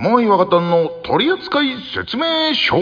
もういわかたんの取扱説明書。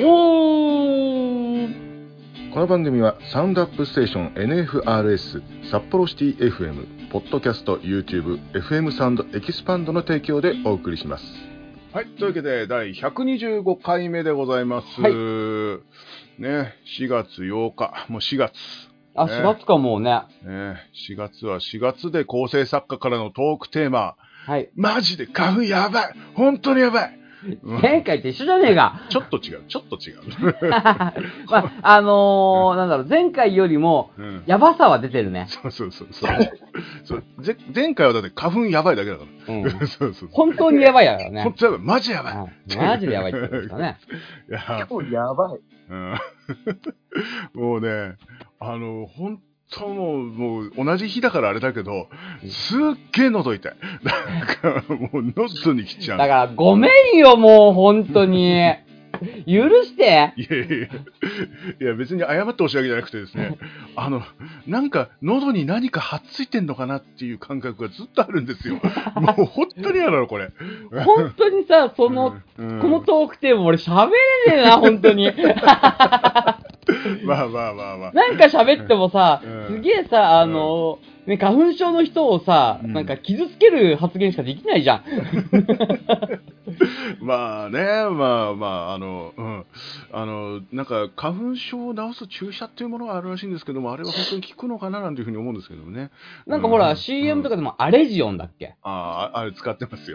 この番組はサウンドアップステーション NFRS 札幌シティ FM ポッドキャスト YouTube FM サウンドエキスパンドの提供でお送りします。はい、というわけで第125回目でございます、はい、ね、4月8日もう4月あ、4月かもうね。 4月は4月で構成作家からのトークテーマ、 はい、 マジで花粉やばい、本当にやばい。 前回と一緒じゃねえか。 ちょっと違う。 まあ、なんだろう、前回よりも、やばさは出てるね。 そう前回はだって花粉やばいだけだから。そう本当にやばいやからね。 本当やばい。マジやばい。 マジでやばいってことですかね。 今日やばい。 もうね、本当もう同じ日だからあれだけど、すっげえ喉痛い。なんかもう喉にきちゃう。 だからごめんよ、もう本当に。許して。 いや別に謝ってほしいわけじゃなくてですね、なんか喉に何かはっついてんのかなっていう感覚がずっとあるんですよ。もう本当に嫌だろこれ。 本当にさ、このトークテーマ俺喋れねえな本当に。 まあ。 なんか喋ってもさ、すげえさ、ね、花粉症の人をさ、なんか傷つける発言しかできないじゃん。 まあね、なんか花粉症を治す注射っていうものがあるらしいんですけども、あれは本当に効くのかななんていうふうに思うんですけどもね。 なんかほら、CM とかでもアレジオンだっけ？ あれ使ってますよ。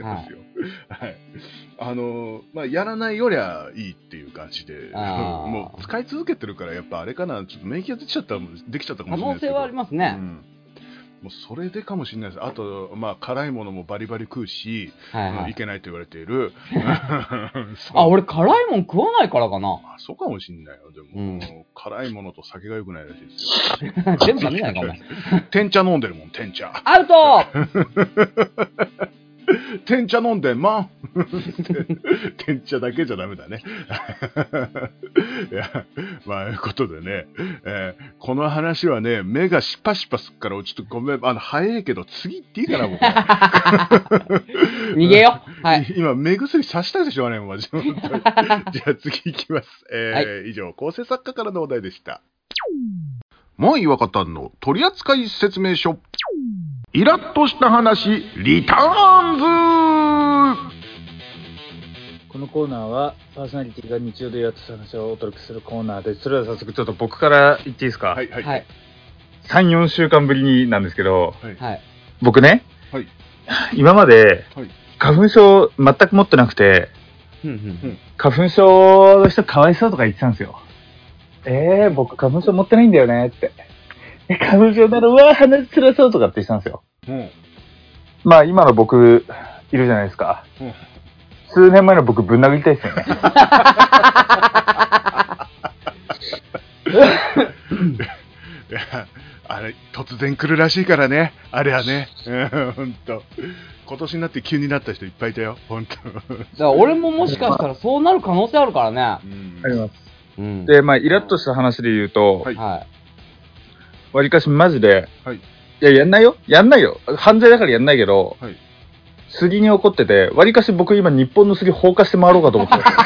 はい。やらないよりはいいっていう感じで、もう使い続けてるからやっぱあれかな、ちょっと免疫ができちゃったかもしれないですけど。 可能性はありますね。 もうそれでかもしれないです。あと、辛いものもバリバリ食うし、いけないと言われている。 俺辛いもん食わないからかな。 そうかもしれないよ。でも、辛いものと酒が良くないらしいですよ。 全部ダメじゃないか、お前。 天茶飲んでるもん、天茶。 アウト天茶飲んでんまん。天茶だけじゃダメだね。いや、いうことでね、この話はね、目がシパシパすっから、ちょっとごめん、早いけど、次行っていいかな、僕は。 逃げよ。はい。 今、目薬さしたいでしょうがないもん、マジで。じゃあ次行きます。以上、構成作家からのお題でした。もういわかたんの取扱説明書。イラッとした話リターンズ。 このコーナーはパーソナリティが日常でイラッとした話をお届けするコーナーです。それでは早速ちょっと僕から言っていいですか？ はい。 3、4週間ぶりになんですけど、 はい、 僕ね、 はい、 今まで花粉症全く持ってなくて、花粉症の人かわいそうとか言ってたんですよ。僕花粉症持ってないんだよねって。花粉症なら鼻つらそうとかって言ってたんですよ。今の僕いるじゃないですか。数年前の僕ぶん殴りたいですよね。 あれ突然来るらしいからね。あれはね、本当。今年になって急になった人いっぱいいたよ。本当。だから俺ももしかしたらそうなる可能性あるからね。 あります。で、イラッとした話で言うと、わりかしマジで、いや、やんないよ。犯罪だからやんないけど、杉に怒ってて、わりかし僕今日本の杉放火して回ろうかと思ってます。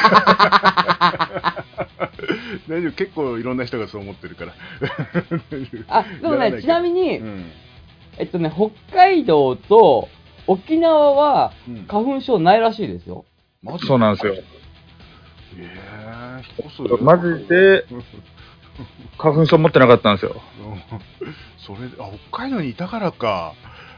大丈夫、結構いろんな人がそう思ってるから。 でもね、ちなみに、北海道と沖縄は花粉症ないらしいですよ。 そうなんですよ。マジで花粉症持ってなかったんですよ。 それ北海道にいたからか。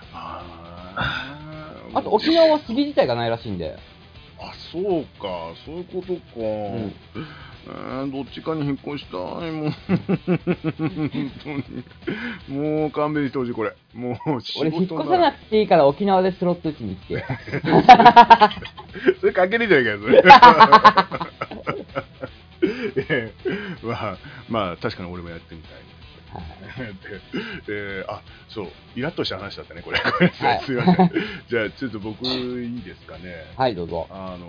あと沖縄は杉自体がないらしいんで。 そうか、そういうことか。どっちかに引っ越したいもん。本当に。もう勘弁してほしいこれ。もう俺引っ越さなくていいから沖縄でスロット打ちに行って。 それ関係ねえじゃないかよそれ。確かに俺もやってみたい。そう、イラッとした話だったね、これ。すいません。じゃあ、ちょっと僕、いいですかね。 はい、どうぞ。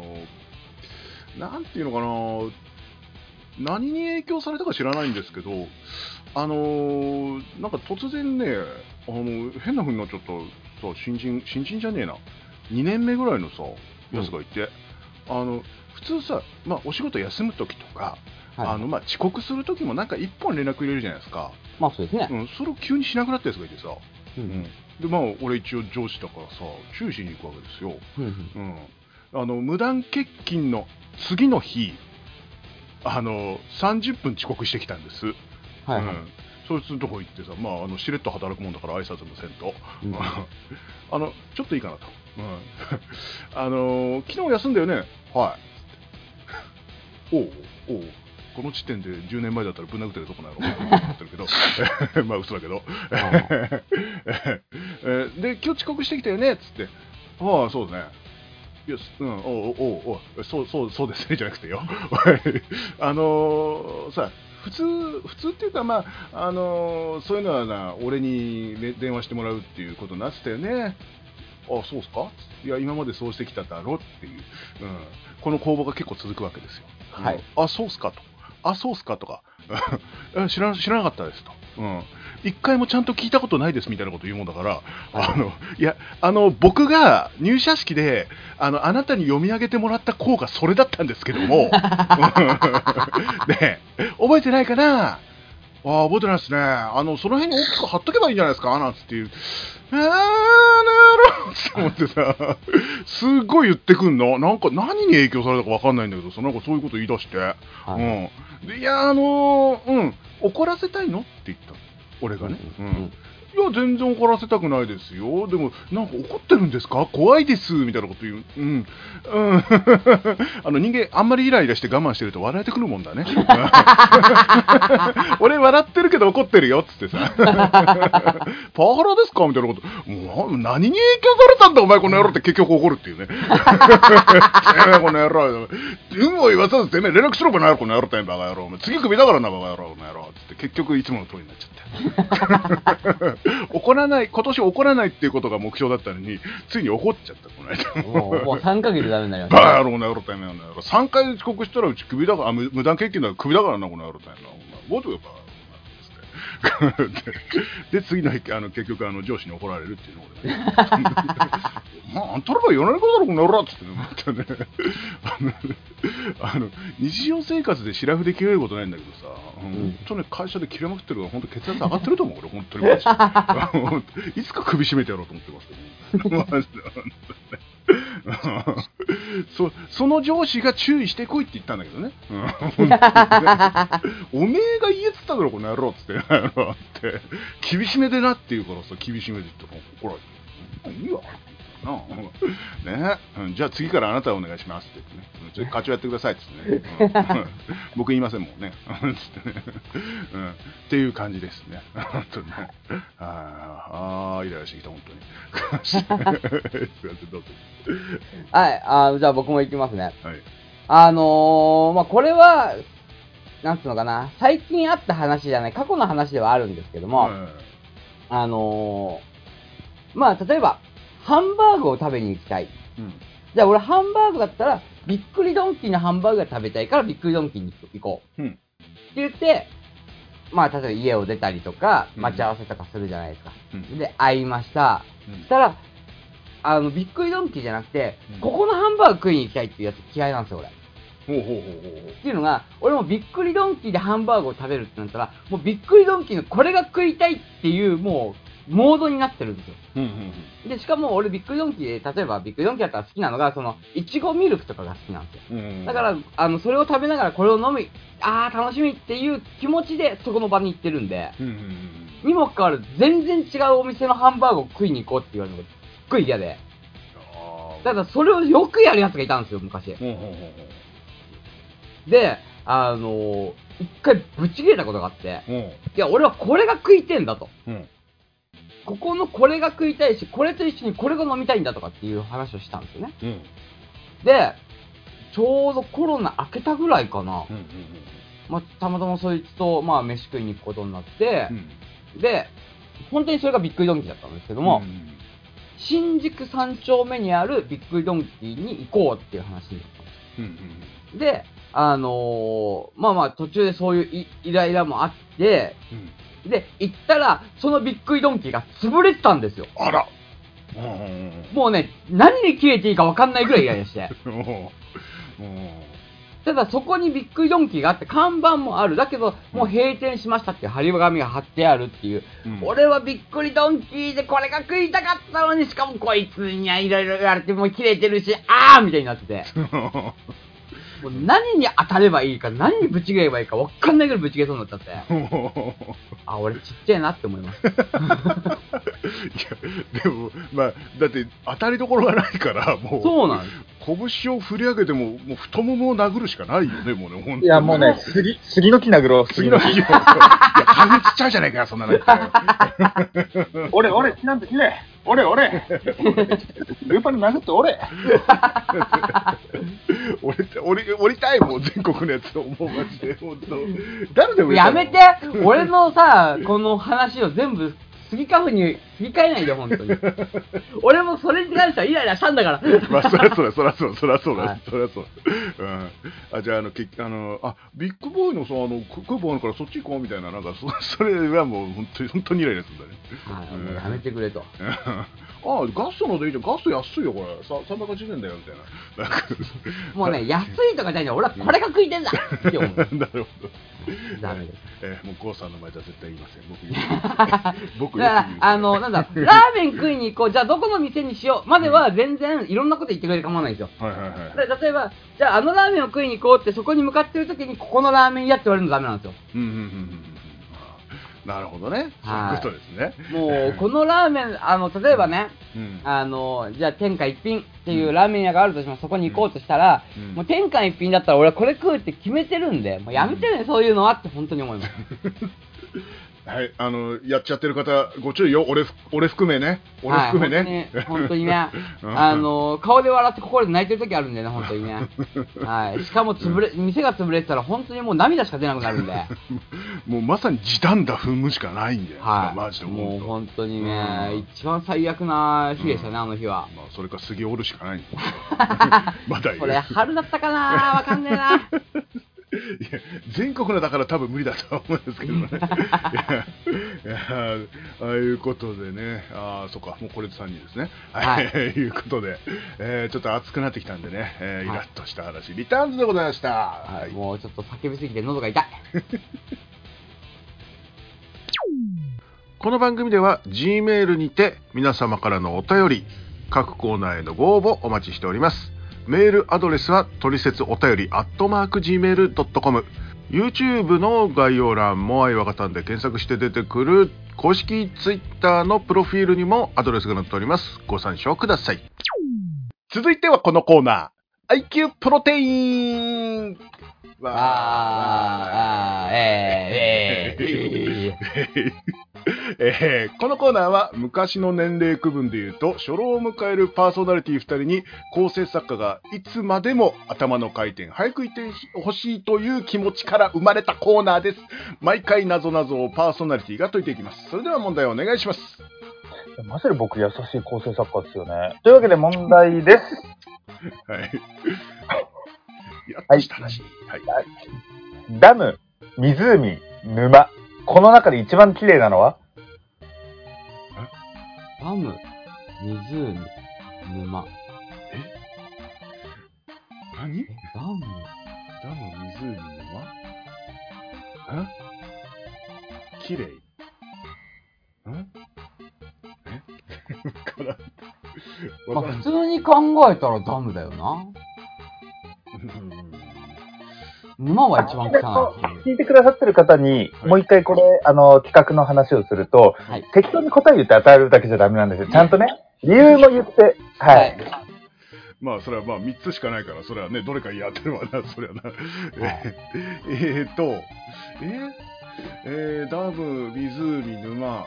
なんていうのかな、何に影響されたか知らないんですけど、なんか突然ね、変な風になっちゃった、新人じゃねえな、2年目ぐらいのさ、やつがいて、 普通さ、お仕事休む時とか、 はい、 遅刻する時もなんか一本連絡入れるじゃないですか。 そうですね。 それを急にしなくなったやつがいてさ。で俺一応上司だからさ、注意しに行くわけですよ。無断欠勤の次の日、30分遅刻してきたんです。そいつのとこ行ってさ、しれっと働くもんだから挨拶もせんと、ちょっといいかなと、昨日休んだよね。はい。おうこの時点で10年前だったらぶん殴ってるとこなの思ってるけど嘘だけどで、今日遅刻してきたよねっつって、ああそうですね、いや、そうですねじゃなくてよさ、普通っていうか、そういうのはな、俺に、電話してもらうっていうことになってたよね。あ、そうっすか。いや、今までそうしてきただろっていう、この攻防が結構続くわけですよ。 はい。 あ、そうっすかと。あ、そうっすかとか知らなかったですと。一回もちゃんと聞いたことないですみたいなこと言うもんだから、いや、僕が入社式であなたに読み上げてもらった項がそれだったんですけどもね、覚えてないかな。覚えてないですね。その辺に大きく貼っとけばいいんじゃないですかなんつっていう。なるほどって思ってさ、すっごい言ってくんの。なんか何に影響されたか分かんないんだけどさ、なんかそういうこと言い出して、で、いや、怒らせたいのって言った。俺がね。いや、全然怒らせたくないですよ。でも、なんか怒ってるんですか？怖いです。みたいなこと言う。人間、あんまりイライラして我慢してると笑えてくるもんだね。俺、笑ってるけど怒ってるよ。つってさ。パワハラですか？みたいなこと。何に影響されたんだ、お前、この野郎って結局怒るっていうね。てめえ、この野郎。有無を言わさず、てめえ、連絡しろ、この野郎、この野郎ってバカ野郎。次首だからな、バカ野郎、この野郎。つって、結局、いつもの通りになっちゃって。怒らない、今年怒らないっていうことが目標だったのに、ついに怒っちゃった、この間。もう3ヶ月ダメになりました。 バカ野郎、この野郎って3回遅刻したらうち首だから、無断欠勤だから首だからな、この野郎ってボートがバで、次の日、結局、上司に怒られるっていうのを俺ね。あんたらが言わないことだろ、この野郎っつってね。日常生活でシラフで切れることないんだけどさ、本当に会社で切れまくってるから、本当血圧上がってると思う、俺、本当に。いつか首絞めてやろうと思ってますけど。その上司が注意してこいって言ったんだけどね。おめえが言えっつっただろ、この野郎っつって。厳しめでなって言うからさ、厳しめで言ったら怒られて。いいわ。ね、じゃあ次からあなたお願いしますって言ってね、課長やってくださいって言ってね、僕言いませんもんねってね、っていう感じですね。本当にね。イライラしてきた本当に。すいません、どうぞ。 はい、じゃあ僕も行きますね。 はい。 これはなんつうのかな、最近あった話じゃない、過去の話ではあるんですけども、例えばハンバーグを食べに行きたい。じゃあ俺ハンバーグだったらびっくりドンキーのハンバーグが食べたいからびっくりドンキーに行こう。って言って、例えば家を出たりとか待ち合わせとかするじゃないですか。で、会いました。そしたらびっくりドンキーじゃなくて、ここのハンバーグ食いに行きたいっていうやつ嫌いなんですよ俺。っていうのが、俺もびっくりドンキーでハンバーグを食べるってなったら、もうびっくりドンキーのこれが食いたいっていうもうモードになってるんですよ。で、しかも俺びっくりドンキーで、例えばびっくりドンキーだったら好きなのが、いちごミルクとかが好きなんですよ。だから、それを食べながらこれを飲み、楽しみっていう気持ちでそこの場に行ってるんで、にもかかわらず全然違うお店のハンバーグを食いに行こうって言われるのがすっごい嫌で。ただそれをよくやるやつがいたんですよ、昔。で、一回ブチ切れたことがあって、いや、俺はこれが食いてんだと。ここのこれが食いたいし、これと一緒にこれが飲みたいんだとかっていう話をしたんですよね。で、ちょうどコロナ明けたぐらいかな。たまたまそいつと、飯食いに行くことになって、で、本当にそれがびっくりドンキーだったんですけども、新宿3丁目にあるびっくりドンキーに行こうっていう話になったんです。で、途中でそういうイライラもあって、で、行ったら、そのびっくりドンキーが潰れてたんですよ。 あら。 もうね、何に切れていいか分かんないぐらいイライラして。ただそこにびっくりドンキーがあって看板もある。だけどもう閉店しましたっていう張り紙が貼ってあるっていう、俺はびっくりドンキーでこれが食いたかったのに、しかもこいつにはいろいろ言われてもう切れてるし、あーみたいになっててもう何に当たればいいか何にぶち切ればいいか分かんないぐらいぶち切れそうになっちゃってあ、俺ちっちゃいなって思いますいやでもまあだって当たりどころがないからもうそうなんです。 拳を振り上げてももう太ももを殴るしかないよねもうね本当に。 いやもうね杉の木殴ろう。 杉の木をいや風ちっちゃいじゃないかよそんなの俺なんて切れ俺ルーパーで殴って俺降りたいもん全国のやつをもうマジで本当誰でもやめて俺のさこの話を全部スギ花粉にすり替えないで本当に俺もそれに関してはイライラしたんだからまあそりゃそうだ、はい、あじゃあビッグボーイのさクーポンあるからそっち行こうみたいななんかそれはもう本当にイライラするんだね。 はい、もうやめてくれとあガストのでいいじゃん、ガスト安いよこれ380円だよみたいなもうね安いとかじゃないんだ、俺はこれが食いてんだって思うなるほどダメです。 もうゴーさんの前では絶対言いません。僕だからなんだラーメン食いに行こう、じゃあどこの店にしようまでは全然いろんなこと言ってくれるかもわないんですよ。例えばじゃあラーメンを食いに行こうってそこに向かってる時にここのラーメン屋って言われるのダメなんですよ。 なるほどね、そういうことですね。 もうこのラーメン例えばね、じゃあ天下一品っていうラーメン屋があるとします。そこに行こうとしたら、もう天下一品だったら俺はこれ食うって決めてるんで、もうやめてね、そういうのはって本当に思いますはい、やっちゃってる方ご注意よ。俺含めね、本当にね顔で笑って心で泣いてる時あるんでね、本当にねはい、しかも店が潰れてたら本当にもう涙しか出なくなるんでもうまさに時短だ踏むしかないんで、マジでもう本当にね、一番最悪な日でしたね、あの日は。 まあそれか杉折るしかないんですまだこれ春だったかな、わかんねえな。 いや全国のだから多分無理だと思うんですけどねああいうことでね、そっかもうこれで3人ですね。はい、いうことで、ちょっと熱くなってきたんでね、イラッとした話、リターンズでございました。 もうちょっと叫びすぎて喉が痛いこの番組では G メールにて皆様からのお便り、各コーナーへのご応募お待ちしております。メールアドレスはトリセツお便り@gmail.com、 YouTube の概要欄も愛わがたんで検索して出てくる公式 Twitter のプロフィールにもアドレスが載っております。ご参照ください。続いてはこのコーナー、IQ プロテイン。このコーナーは昔の年齢区分でいうと初老を迎えるパーソナリティ2人に構成作家がいつまでも頭の回転早くいてほしいという気持ちから生まれたコーナーです。毎回謎々をパーソナリティが解いていきます。それでは問題をお願いします。 マジで僕優しい構成作家ですよね。というわけで問題ですはい。やっとした話。はい。 ダム、湖、沼。この中で一番綺麗なのは？ ダム、湖、沼。 何？ ダム、 湖、沼？綺麗？ まあ普通に考えたらダムだよな。沼は一番汚い。 聞いてくださってる方に、もう一回これ、企画の話をすると、適当に答え言って与えるだけじゃダメなんですよ。ちゃんとね、理由も言って、はい。 まあ、それはまあ3つしかないから、それはね、どれかやってるわな、それはな。ダム、湖、沼、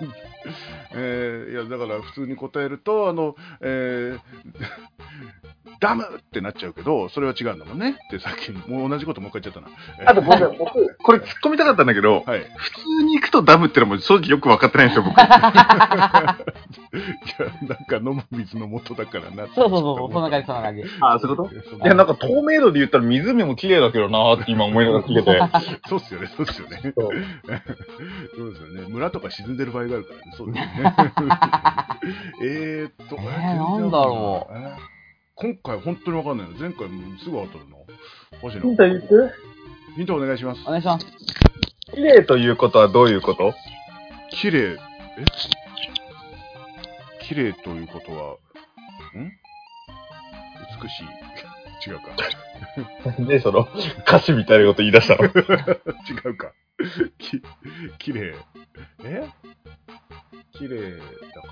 いやだから普通に答えるとダムってなっちゃうけど、それは違うんだもんね。ってさっき、もう同じこともう一回言っちゃったな。 あと僕、これ突っ込みたかったんだけど、はい、普通に行くとダムってのも正直よく分かってないんですよ、僕。いや、 なんか飲む水の元だからな。 そう、そんな感じ、そんな感じ。 ああ、そういうこと？いや、なんか透明度で言ったら湖も綺麗だけどなーって今思いながら聞けて。 そうっすよね、そうっすよね。そうですよね。村とか沈んでる場合があるからね、そうですよね。 なんだろう。 今回本当にわかんないの。前回もすぐ当たるの。 ヒント言って。 ヒントお願いします。 お願いします。 綺麗ということはどういうこと？ 綺麗、綺麗ということは、美しい。違うか。 ね、その、歌詞みたいなこと言い出したの。違うか。綺麗。綺麗だから、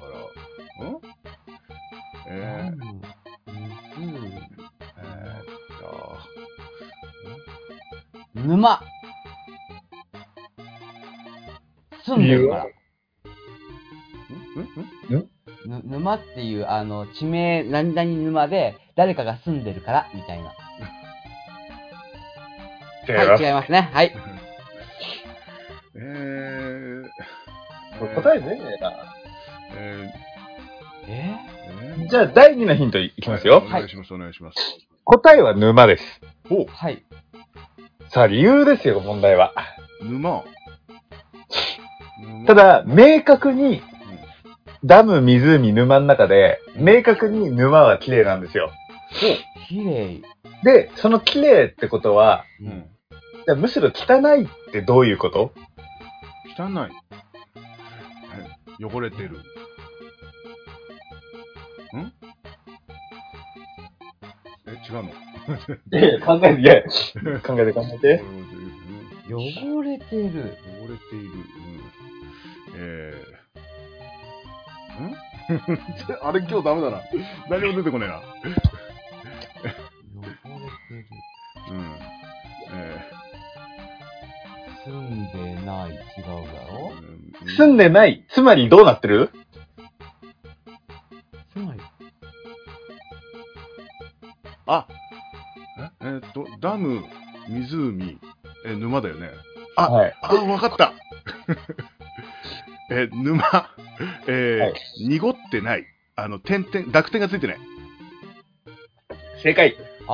沼。住んでるから。沼っていう、地名、何々沼で、誰かが住んでるから、みたいな。はい、違いますね。はい。 答えねえな。じゃあ、第2のヒントいきますよ。 お願いします、お願いします。 答えは沼です。 はい。 さあ、理由ですよ、問題は。 沼。 ただ、明確に、ダム、湖、沼の中で、明確に沼は綺麗なんですよ。 綺麗。 で、その綺麗ってことは、じゃむしろ汚いってどういうこと？ 汚い。汚れてる。違うの？ 考えて。 汚れてる。 あれ今日ダメだな。何も出てこねえな。 汚れてる。住んでない。違うだろ？ 住んでない。つまりどうなってる？ つまり。 ダム、湖、沼だよね。 はい。 わかった。沼、はい、濁ってない。濁点がついてない。 正解。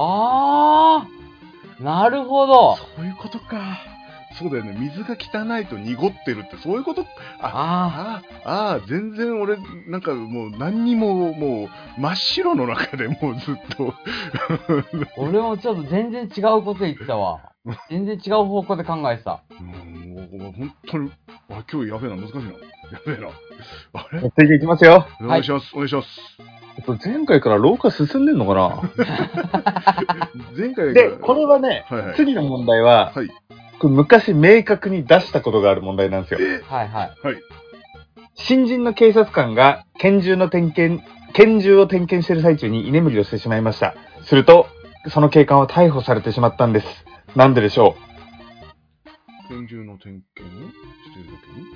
なるほど。 そういうことか。そうだよね。水が汚いと濁ってるってそういうこと？全然俺、なんかもう何にも、もう真っ白の中でもうずっと。 俺もちょっと全然違うこと言ってたわ。全然違う方向で考えてた。 もう本当に、今日やべえな、難しいな。やべえな。 次いきますよ。 お願いします、お願いします。 前回から廊下進んでんのかな？ 前回で、これはね、次の問題は、昔明確に出したことがある問題なんですよ。 はいはい。 新人の警察官が拳銃を点検している最中に居眠りをしてしまいました。すると、その警官は逮捕されてしまったんです。なんででしょう？拳銃の点検をしているときに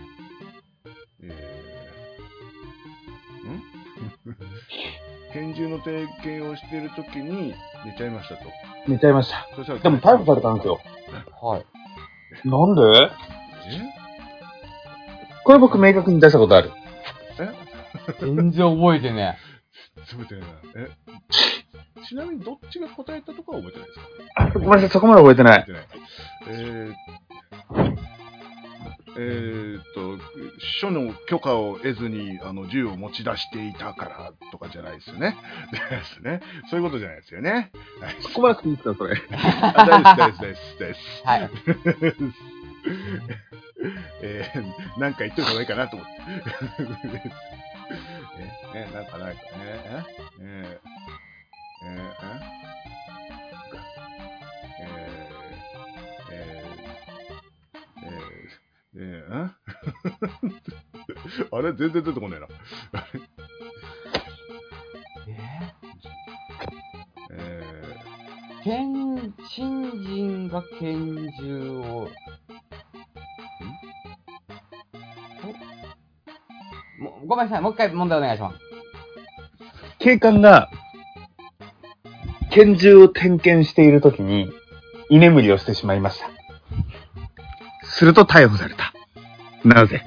拳銃の点検をしているときに寝ちゃいましたと。 寝ちゃいました。でも逮捕されたんですよ。 はい。 なんで？これ僕明確に出したことある。 全然覚えてねえ。覚えてないな。ちなみにどっちが答えたとかは覚えてないですか？ ごめんなさい、そこまで覚えてない。 署の許可を得ずに銃を持ち出していたからとかじゃないですよね。ですね。そういうことじゃないですよね。 そこまでいいですか、それ。 大です。 はい。 なんか言っておいた方がいいかなと思って。なんかないかあれ全然出てこねえな。 新人が拳銃を。ごめんなさい、もう一回問題お願いします。 警官が拳銃を点検しているときに、居眠りをしてしまいました。すると逮捕された。なぜ？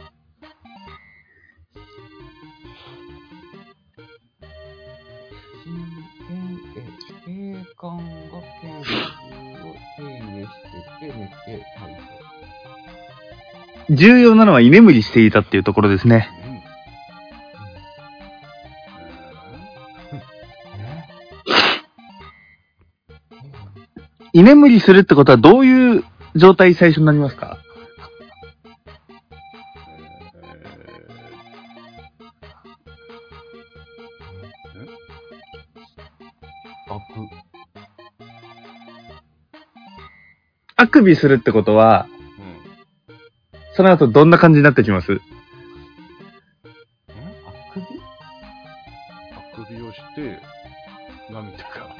警官が拳銃を手にしてて寝て逮捕。 重要なのは居眠りしていたっていうところですね。居眠りするってことはどういう状態最初になりますか？あくびするってことは、その後どんな感じになってきます？ あくびをして、涙が。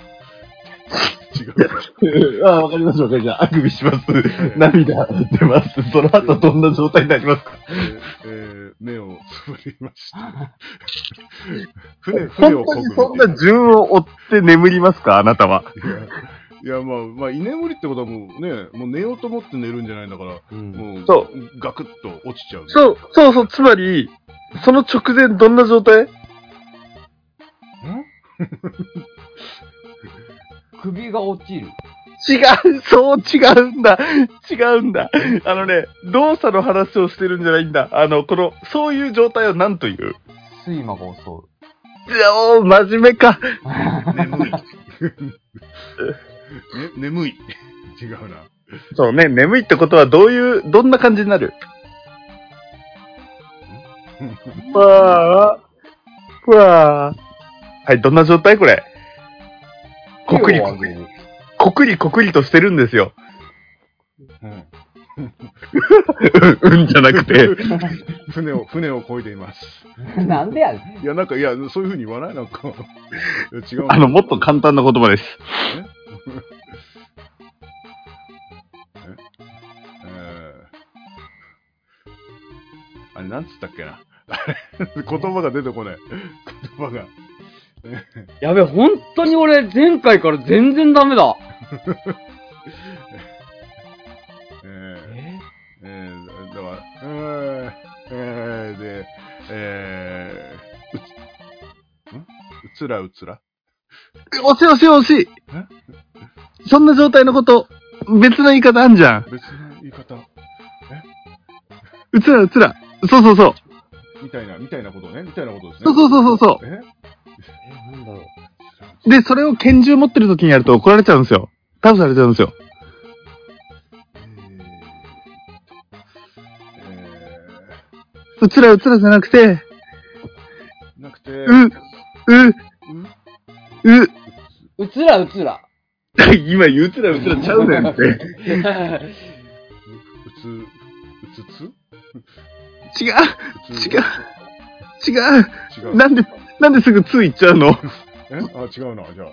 違う。 わかります。じゃあ、あくびします。涙出ます。その後どんな状態になりますか？ 目をつぶりました。 船をこぐ。そんな順を追って眠りますか、あなたは？ いや、まあ、居眠りってことはもうね、もう寝ようと思って寝るんじゃないんだから、もう、ガクッと落ちちゃう。 そう、つまり、その直前どんな状態？ 首が落ちる。 違うんだ。動作の話をしてるんじゃないんだ。そういう状態を何という？ 睡魔が襲う。 真面目か。 眠い。違うな。 そうね、眠いってことはどんな感じになる？はい、どんな状態これ？こくりとしてるんですよ。じゃなくて。 船を漕いでいます。 なんでやねん。 いや、そういう風に言わない？なんか。違う。 もっと簡単な言葉です。あれ、なんつったっけな。 言葉が出てこない。言葉が。 やべ、本当に俺、前回から全然ダメだ。 だから、で、うつら。 惜しい。そんな状態のこと、別の言い方あんじゃん。 別の言い方？ うつら。そう。 みたいなことね。みたいなことですね。 そう。 なんだろう。で、それを拳銃持ってる時にやると怒られちゃうんですよ。逮捕されちゃうんですよ。うつらじゃなくて、 うつら。 今、うつらちゃうねんって。違う。なんですぐついっちゃうの？ 違うな、じゃあ。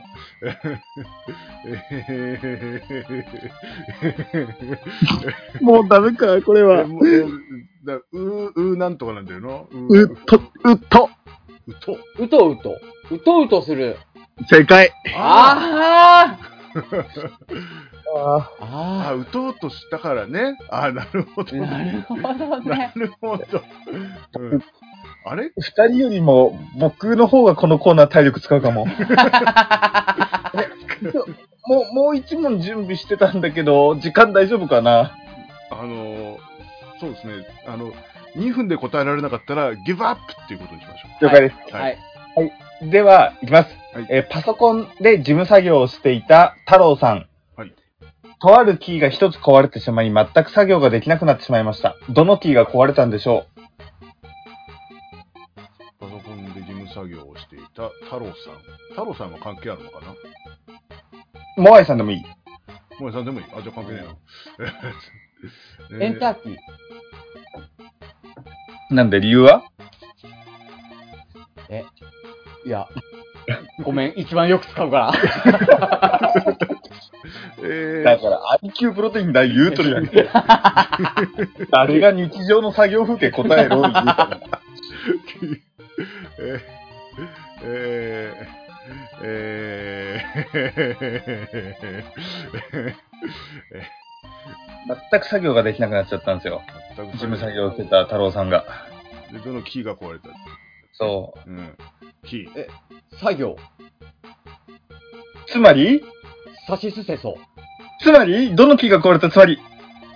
もうダメか、これは。 なんとかなんだよな。 うとする。 正解。 うとうとしたからね。なるほど。 なるほど。 あれ？ 二人よりも僕の方がこのコーナー体力使うかも。もう一問準備してたんだけど、時間大丈夫かな？ そうですね。2分で答えられなかったら、ギブアップっていうことにしましょう。了解です。 はい。 では、いきます。パソコンで事務作業をしていた太郎さん。とあるキーが一つ壊れてしまい、全く作業ができなくなってしまいました。どのキーが壊れたんでしょう？ パソコンで事務作業をしていた太郎さん。太郎さんは関係あるのかな？ モアイさんでもいい。 モアイさんでもいい。じゃあ関係ないな。エンターキー。 なんで理由は？ いや、ごめん、一番よく使うから。 だから IQ プロテインだ言うとるやんけ。誰が日常の作業風景答えろ言うたら。 全く作業ができなくなっちゃったんですよ。事務作業をしてた太郎さんが。 で、どのキーが壊れた？ そう。 うん。キー。作業。 つまりさしすせそ。 つまりどのキーが壊れた？つまり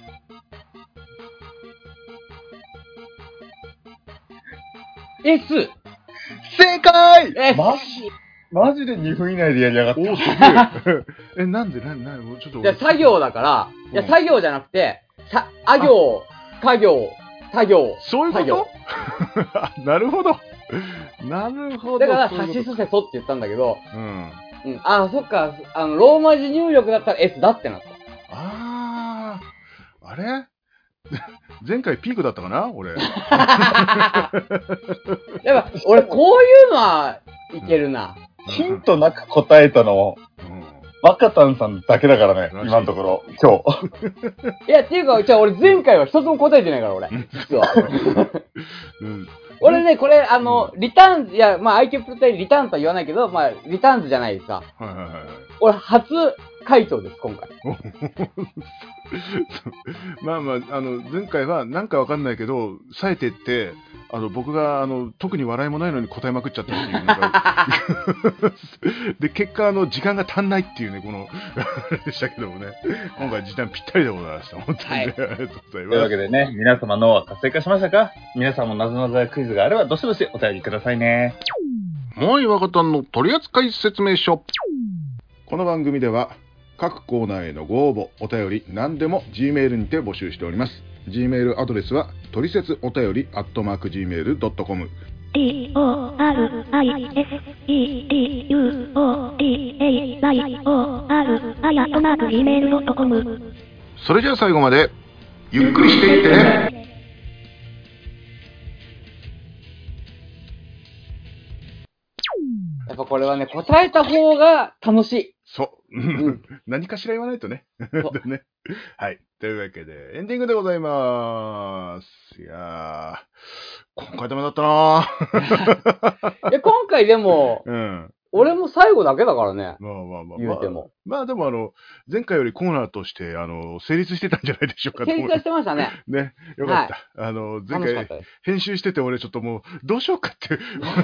S。 正解 ！ マジで2分以内でやりやがった。 お、すげえ。なんでもうちょっと。 いや、作業だから、いや、作業じゃなくて、あ行、家業、作業。 そういうことなるほど。なるほど。 だから、さしすせそって言ったんだけど、あ、そっか、ローマ字入力だったら S だってなった。 あれ前回ピークだったかな俺。 やっぱ、俺こういうのはいけるな。 ヒントなく答えたの、若田さんだけだからね、今のところ、今日。いや、っていうか、じゃあ俺前回は一つも答えてないから、俺。実は。俺ね、これ、リターンズ、いや、まあ、IQ プロテインリターンとは言わないけど、まあ、リターンズじゃないですか。俺、初回答です、今回。 まあまあ、前回はなんかわかんないけど、冴えてって、僕が、特に笑いもないのに答えまくっちゃったっていう。で、結果、時間が足んないっていうね、この、あれでしたけどもね。今回時間ぴったりでございました。本当に、ね。はい、ありがとうございます。 というわけでね、皆様脳は活性化しましたか？皆さんもなぞなぞやクイズがあれば、どしどしお便りくださいね。 もういわかたんの取扱説明書。この番組では、各コーナーへのご応募、お便り、何でも Gmail にて募集しております。Gmail アドレスは、トリセツお便り@gmail.com。それじゃあ最後まで、ゆっくりしていってね。 やっぱこれはね、答えた方が楽しい。 そう。何かしら言わないとね。ね。はい。というわけで、エンディングでございます。いやー、今回ダメだったなー。今回でも、俺も最後だけだからね。 まあ。 言うても。 まあでも前回よりコーナーとして、成立してたんじゃないでしょうか。 成立してましたね。 ね。よかった。はい、前回、編集してて俺ちょっともう、どうしようかって、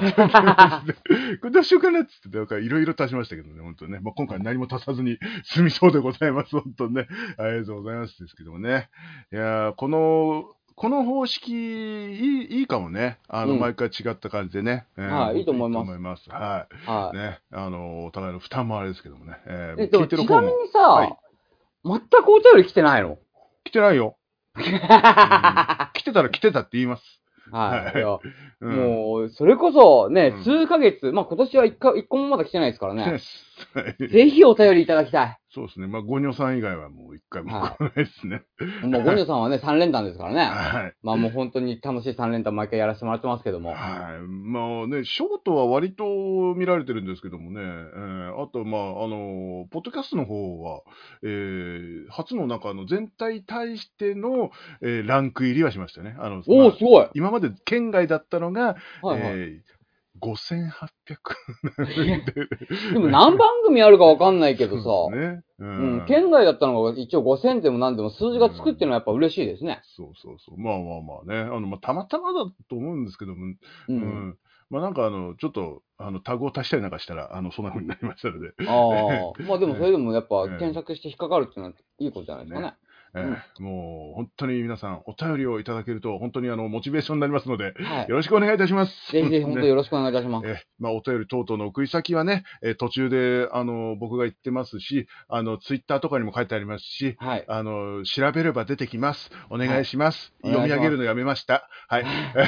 どうしようかなっつって、いろいろ足しましたけどね、本当ね。まあ今回何も足さずに済みそうでございます。本当ね。ありがとうございますですけどもね。いやー、この方式、いいかもね。毎回違った感じでね。 はい、いいと思います。 はい。ね。お互いの負担もあれですけどもね。 でもちなみにさ、全くお便り来てないの？ 来てないよ。来てたら来てたって言います。 はい。もう、それこそね、数ヶ月、まあ今年は一個もまだ来てないですからね。ぜひお便りいただきたい。 そうですね。まあ、ゴニョさん以外はもう一回も来ないですね。 もうゴニョさんはね、3連単ですからね。はい。まあもう本当に楽しい3連単毎回やらせてもらってますけども。 はい。まあね、ショートは割と見られてるんですけどもね。あと、まあ、ポッドキャストの方は、初の中の全体に対しての、ランク入りはしましたね。 おー、すごい。 今まで県外だったのが、5800 でも何番組あるかわかんないけどさ、ね、県外だったのが一応5000でも何でも数字がつくっていうのはやっぱ嬉しいですね。 そう。まあね。たまたまだと思うんですけども、まあなんかちょっと、タグを足したりなんかしたら、そんな風になりましたので。 まあでもそれでもやっぱ検索して引っかかるっていうのはいいことじゃないですかね。 もう本当に皆さんお便りをいただけると本当にモチベーションになりますので、よろしくお願いいたします。 ぜひぜひ本当によろしくお願いいたします。 まあお便り等々の送り先はね、途中で僕が言ってますし、ツイッターとかにも書いてありますし、調べれば出てきます。お願いします。読み上げるのやめました。はい。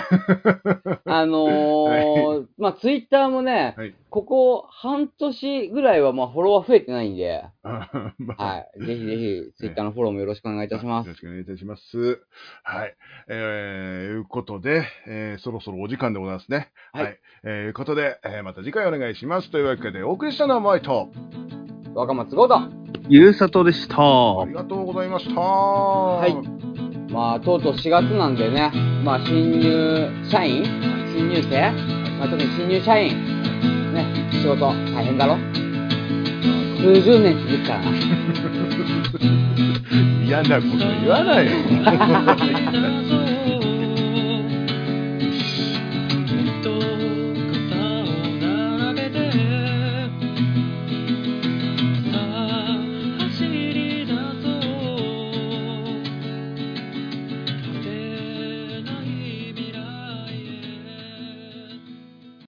まあツイッターもね、ここ半年ぐらいはまあフォロワー増えてないんで、はい。ぜひぜひツイッターのフォローもよろしくお願いいたします。 よろしくお願いいたします。はい。いうことで、そろそろお時間でございますね。はい。いうことで、また次回お願いします。というわけで、お送りしたのはマイト。 若松剛だ。 ゆうさとでした。 ありがとうございました。 はい。まあ、とうとう4月なんでね、まあ、新入生、まあ、特に新入社員、 ね、仕事大変だろ。数十年続くからな。 嫌なこと言わないよ。